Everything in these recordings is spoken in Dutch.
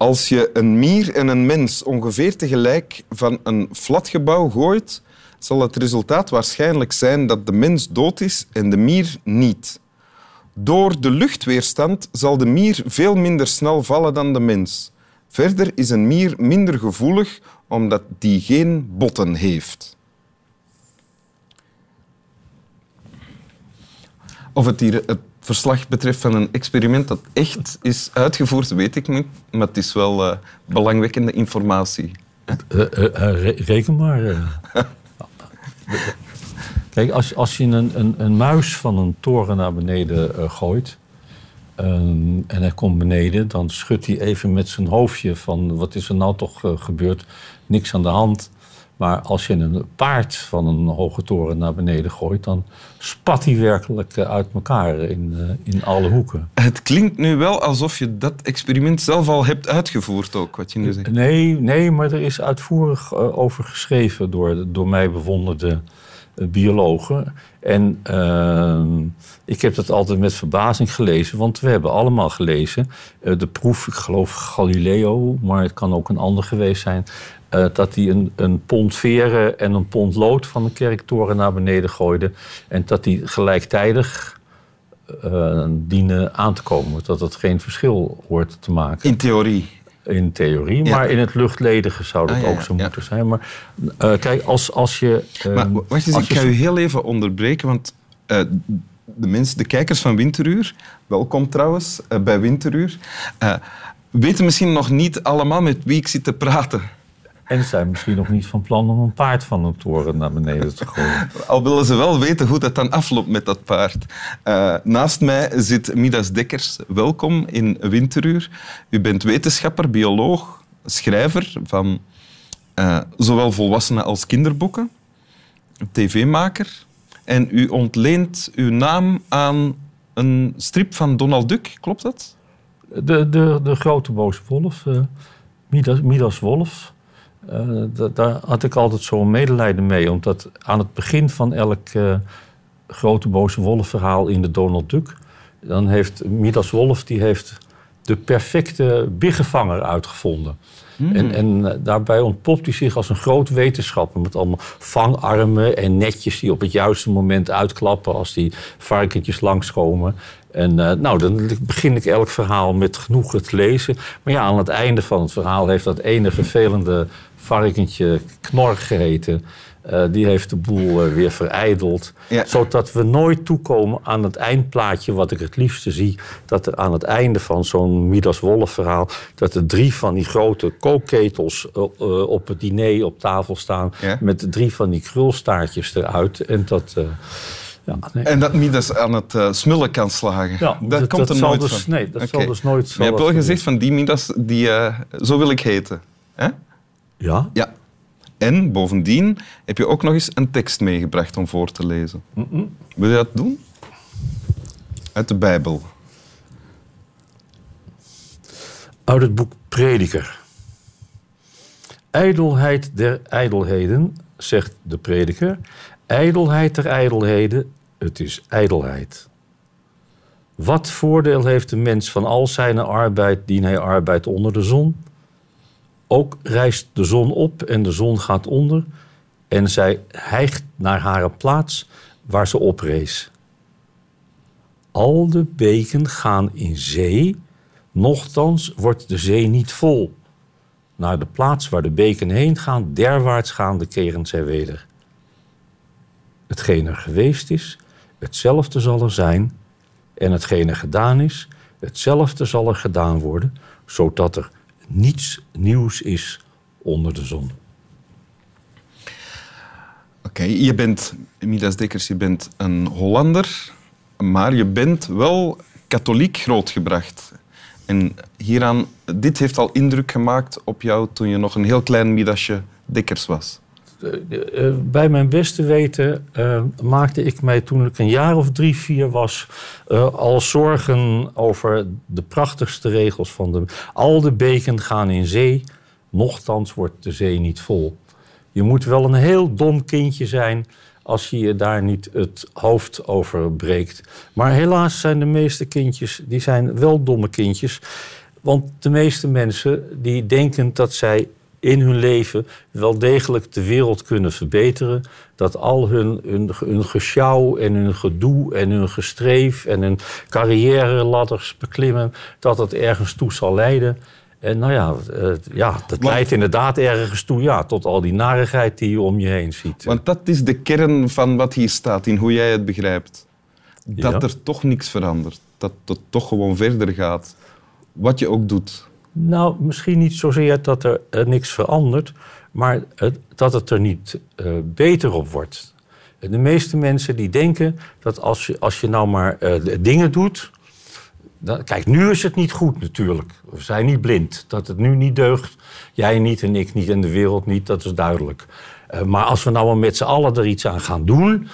Als je een mier en een mens ongeveer tegelijk van een flatgebouw gooit, zal het resultaat waarschijnlijk zijn dat de mens dood is en de mier niet. Door de luchtweerstand zal de mier veel minder snel vallen dan de mens. Verder is een mier minder gevoelig omdat die geen botten heeft. Of het hier het verslag betreft van een experiment dat echt is uitgevoerd, weet ik niet. Maar het is wel belangwekkende informatie. Reken maar. Kijk, als je een muis van een toren naar beneden gooit... en hij komt beneden, dan schudt hij even met zijn hoofdje van... wat is er nou toch gebeurd? Niks aan de hand. Maar als je een paard van een hoge toren naar beneden gooit... dan spat hij werkelijk uit elkaar in alle hoeken. Het klinkt nu wel alsof je dat experiment zelf al hebt uitgevoerd ook, wat je nu zegt. Nee, maar er is uitvoerig over geschreven door mij bewonderde biologen. En ik heb dat altijd met verbazing gelezen, want we hebben allemaal gelezen. De proef, ik geloof Galileo, maar het kan ook een ander geweest zijn... dat hij een pond veren en een pond lood van een kerktoren naar beneden gooide. En dat die gelijktijdig dienen aan te komen. Dat het geen verschil hoort te maken. In theorie. In theorie, maar in het luchtledige zou dat ook zo moeten zijn. Maar kijk, als je... maar wacht eens, ik ga u heel even onderbreken, want de kijkers van Winteruur, welkom trouwens bij Winteruur, weten misschien nog niet allemaal met wie ik zit te praten. En zijn misschien nog niet van plan om een paard van een toren naar beneden te gooien. Al willen ze wel weten hoe dat dan afloopt met dat paard. Naast mij zit Midas Dekkers. Welkom in Winteruur. U bent wetenschapper, bioloog, schrijver van zowel volwassenen als kinderboeken, tv-maker. En u ontleent uw naam aan een strip van Donald Duck, klopt dat? De grote boze wolf, Midas Wolf. Daar had ik altijd zo'n medelijden mee. Omdat aan het begin van elk grote boze wolf verhaal in de Donald Duck... dan heeft Midas Wolf de perfecte biggenvanger uitgevonden. En daarbij ontpopt hij zich als een groot wetenschapper... met allemaal vangarmen en netjes die op het juiste moment uitklappen... als die varkentjes langskomen. En dan begin ik elk verhaal met genoegen te lezen. Maar ja, aan het einde van het verhaal heeft dat ene vervelende varkentje Knor geheten. Die heeft de boel weer verijdeld. Ja. Zodat we nooit toekomen aan het eindplaatje wat ik het liefste zie. Dat er aan het einde van zo'n Midas Wolf verhaal... dat er 3 van die grote kookketels op het diner op tafel staan... Ja. Met 3 van die krulstaartjes eruit. En dat... En dat Midas aan het smullen kan slagen. Ja, dat komt er nooit van. Nee, dat zal dus nooit... Maar je hebt wel gezegd van die Midas, zo wil ik heten. Hè? Ja? Ja. En bovendien heb je ook nog eens een tekst meegebracht om voor te lezen. Wil je dat doen? Uit de Bijbel. Uit het boek Prediker. Ijdelheid der ijdelheden, zegt de prediker... Ijdelheid der ijdelheden, het is ijdelheid. Wat voordeel heeft de mens van al zijn arbeid, dien hij arbeidt onder de zon? Ook rijst de zon op en de zon gaat onder... en zij hijgt naar haar plaats waar ze oprees. Al de beken gaan in zee, nochtans wordt de zee niet vol. Naar de plaats waar de beken heen gaan, derwaarts gaande keren zij weder. Hetgeen er geweest is, hetzelfde zal er zijn. En hetgeen er gedaan is, hetzelfde zal er gedaan worden. Zodat er niets nieuws is onder de zon. Oké, je bent, Midas Dekkers, je bent een Hollander. Maar je bent wel katholiek grootgebracht. En hieraan, dit heeft al indruk gemaakt op jou toen je nog een heel klein Midasje Dekkers was. Bij mijn beste weten maakte ik mij toen ik een jaar of 3, 4 was... al zorgen over de prachtigste regels van al de beken gaan in zee, nochtans wordt de zee niet vol. Je moet wel een heel dom kindje zijn als je je daar niet het hoofd over breekt. Maar helaas zijn de meeste kindjes, die zijn wel domme kindjes... Want de meeste mensen die denken dat zij in hun leven wel degelijk de wereld kunnen verbeteren. Dat al hun gesjouw en hun gedoe en hun gestreef en hun carrière-ladders beklimmen, dat het ergens toe zal leiden. En dat leidt inderdaad ergens toe, tot al die narigheid die je om je heen ziet. Want dat is de kern van wat hier staat, in hoe jij het begrijpt. Dat er toch niks verandert. Dat het toch gewoon verder gaat. Wat je ook doet. Nou, misschien niet zozeer dat er niks verandert, maar dat het er niet beter op wordt. De meeste mensen die denken dat als je nou maar dingen doet. Kijk, nu is het niet goed natuurlijk. We zijn niet blind. Dat het nu niet deugt, jij niet en ik niet en de wereld niet, dat is duidelijk. Maar als we nou maar met z'n allen er iets aan gaan doen,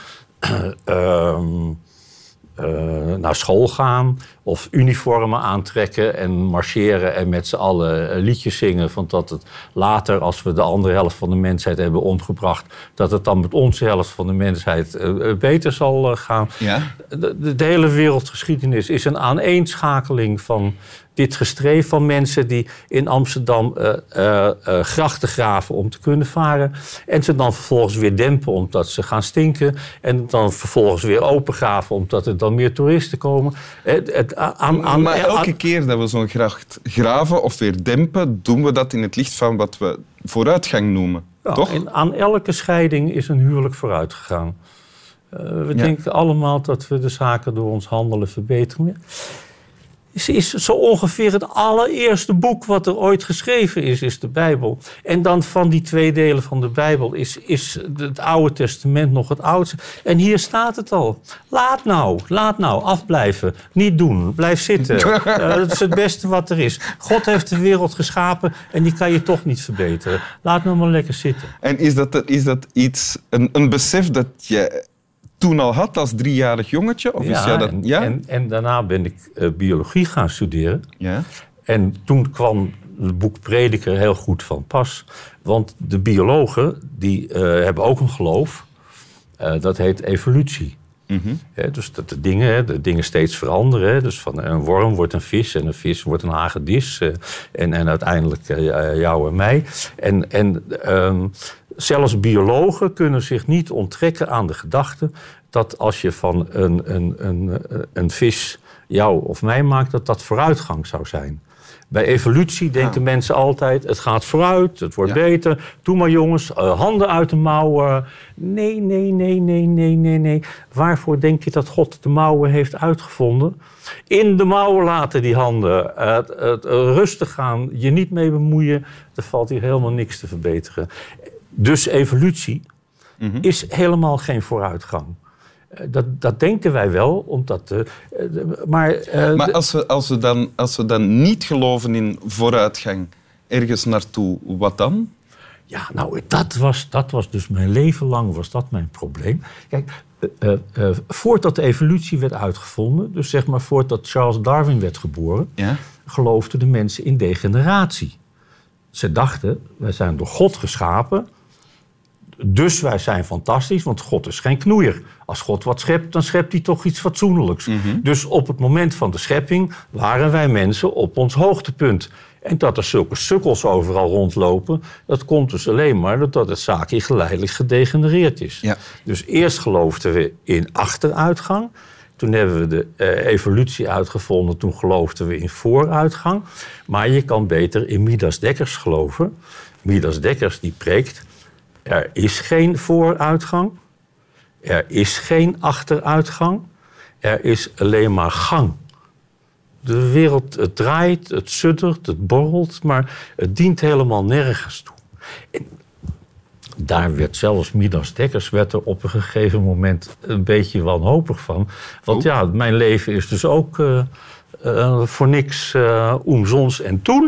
naar school gaan of uniformen aantrekken en marcheren en met z'n allen liedjes zingen van dat het later, als we de andere helft van de mensheid hebben omgebracht, dat het dan met onze helft van de mensheid beter zal gaan. Ja? De hele wereldgeschiedenis is een aaneenschakeling van dit gestreef van mensen die in Amsterdam grachten graven om te kunnen varen. En ze dan vervolgens weer dempen omdat ze gaan stinken. En dan vervolgens weer opengraven omdat er dan meer toeristen komen. Maar elke keer dat we zo'n gracht graven of weer dempen, doen we dat in het licht van wat we vooruitgang noemen. Ja, toch? En aan elke scheiding is een huwelijk vooruit gegaan. We denken allemaal dat we de zaken door ons handelen verbeteren. Is zo ongeveer het allereerste boek wat er ooit geschreven is de Bijbel. En dan van die 2 delen van de Bijbel is het Oude Testament nog het oudste. En hier staat het al. Laat nou, afblijven. Niet doen, blijf zitten. Dat is het beste wat er is. God heeft de wereld geschapen en die kan je toch niet verbeteren. Laat nou maar lekker zitten. En is dat iets, een besef dat je toen al had als 3-jarig jongetje? Of is dat, en daarna ben ik biologie gaan studeren. Ja. En toen kwam het boek Prediker heel goed van pas. Want de biologen die hebben ook een geloof. Dat heet evolutie. Mm-hmm. Dus dat de dingen steeds veranderen. Dus van een worm wordt een vis en een vis wordt een hagedis. En uiteindelijk jou en mij. En zelfs biologen kunnen zich niet onttrekken aan de gedachte dat als je van een vis jou of mij maakt, dat vooruitgang zou zijn. Bij evolutie denken mensen altijd, het gaat vooruit, het wordt beter. Doe maar jongens, handen uit de mouwen. Nee. Waarvoor denk je dat God de mouwen heeft uitgevonden? In de mouwen laten die handen. Het rustig gaan, je niet mee bemoeien. Er valt hier helemaal niks te verbeteren. Dus evolutie is helemaal geen vooruitgang. Dat denken wij wel, omdat... Maar als we dan niet geloven in vooruitgang ergens naartoe, wat dan? Ja, nou, dat was dus mijn leven lang was dat mijn probleem. Kijk, voordat de evolutie werd uitgevonden, dus zeg maar voordat Charles Darwin werd geboren, geloofden de mensen in degeneratie. Ze dachten, wij zijn door God geschapen, dus wij zijn fantastisch, want God is geen knoeier. Als God wat schept, dan schept hij toch iets fatsoenlijks. Mm-hmm. Dus op het moment van de schepping waren wij mensen op ons hoogtepunt. En dat er zulke sukkels overal rondlopen, dat komt dus alleen maar doordat het zaakje geleidelijk gedegenereerd is. Ja. Dus eerst geloofden we in achteruitgang. Toen hebben we de evolutie uitgevonden. Toen geloofden we in vooruitgang. Maar je kan beter in Midas Dekkers geloven. Midas Dekkers die preekt: er is geen vooruitgang. Er is geen achteruitgang. Er is alleen maar gang. De wereld, het draait, het suddert, het borrelt, maar het dient helemaal nergens toe. En daar werd zelfs Midas Dekkers er op een gegeven moment een beetje wanhopig van. Want mijn leven is dus ook voor niks omzons.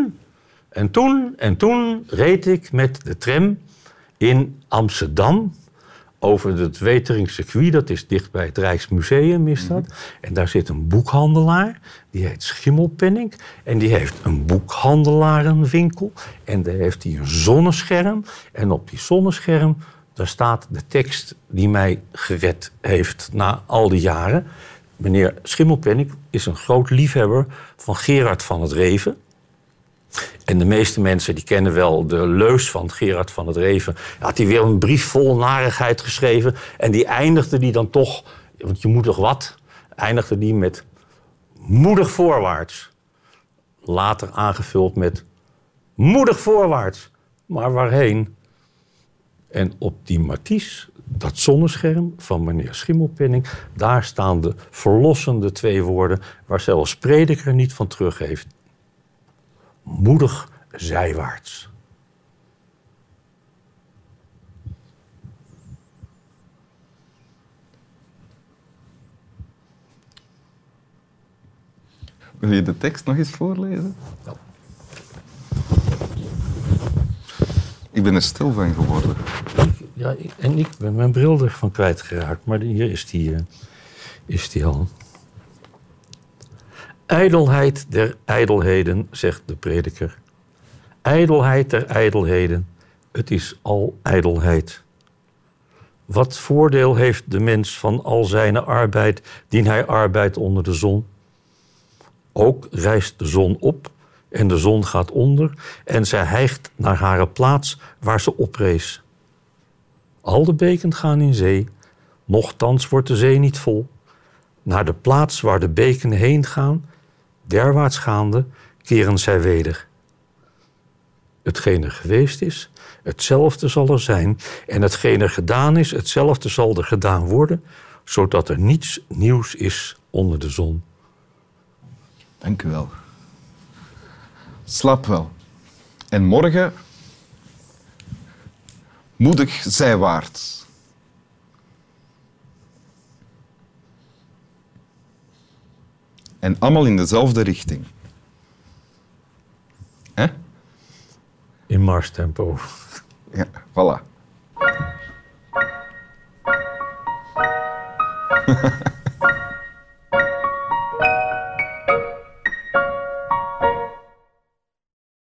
En toen reed ik met de tram in Amsterdam over het Weteringcircuit. Dat is dicht bij het Rijksmuseum, is dat. En daar zit een boekhandelaar, die heet Schimmelpenninck. En die heeft een boekhandelarenwinkel. En daar heeft hij een zonnescherm. En op die zonnescherm, daar staat de tekst die mij gered heeft na al die jaren. Meneer Schimmelpenninck is een groot liefhebber van Gerard van het Reven. En de meeste mensen die kennen wel de leus van Gerard van het Reven. Had hij weer een brief vol narigheid geschreven. En die eindigde die dan toch, want je moet toch wat? Eindigde die met moedig voorwaarts. Later aangevuld met moedig voorwaarts. Maar waarheen? En op die markies, dat zonnescherm van meneer Schimmelpenninck, daar staan de verlossende 2 woorden waar zelfs Prediker niet van teruggeeft. Moedig zijwaarts. Wil je de tekst nog eens voorlezen? Ja. Ik ben er stil van geworden. Ja, en ik ben mijn bril ervan kwijtgeraakt, maar hier is die al. Ijdelheid der ijdelheden, zegt de prediker. Ijdelheid der ijdelheden, het is al ijdelheid. Wat voordeel heeft de mens van al zijn arbeid, dien hij arbeidt onder de zon? Ook rijst de zon op en de zon gaat onder en zij hijgt naar hare plaats waar ze oprees. Al de beken gaan in zee, nochtans wordt de zee niet vol. Naar de plaats waar de beken heen gaan, derwaarts gaande, keren zij weder. Hetgeen er geweest is, hetzelfde zal er zijn. En hetgeen er gedaan is, hetzelfde zal er gedaan worden, zodat er niets nieuws is onder de zon. Dank u wel. Slaap wel. En morgen moedig zijwaarts. En allemaal in dezelfde richting. Hè? In marstempo. Ja, voilà.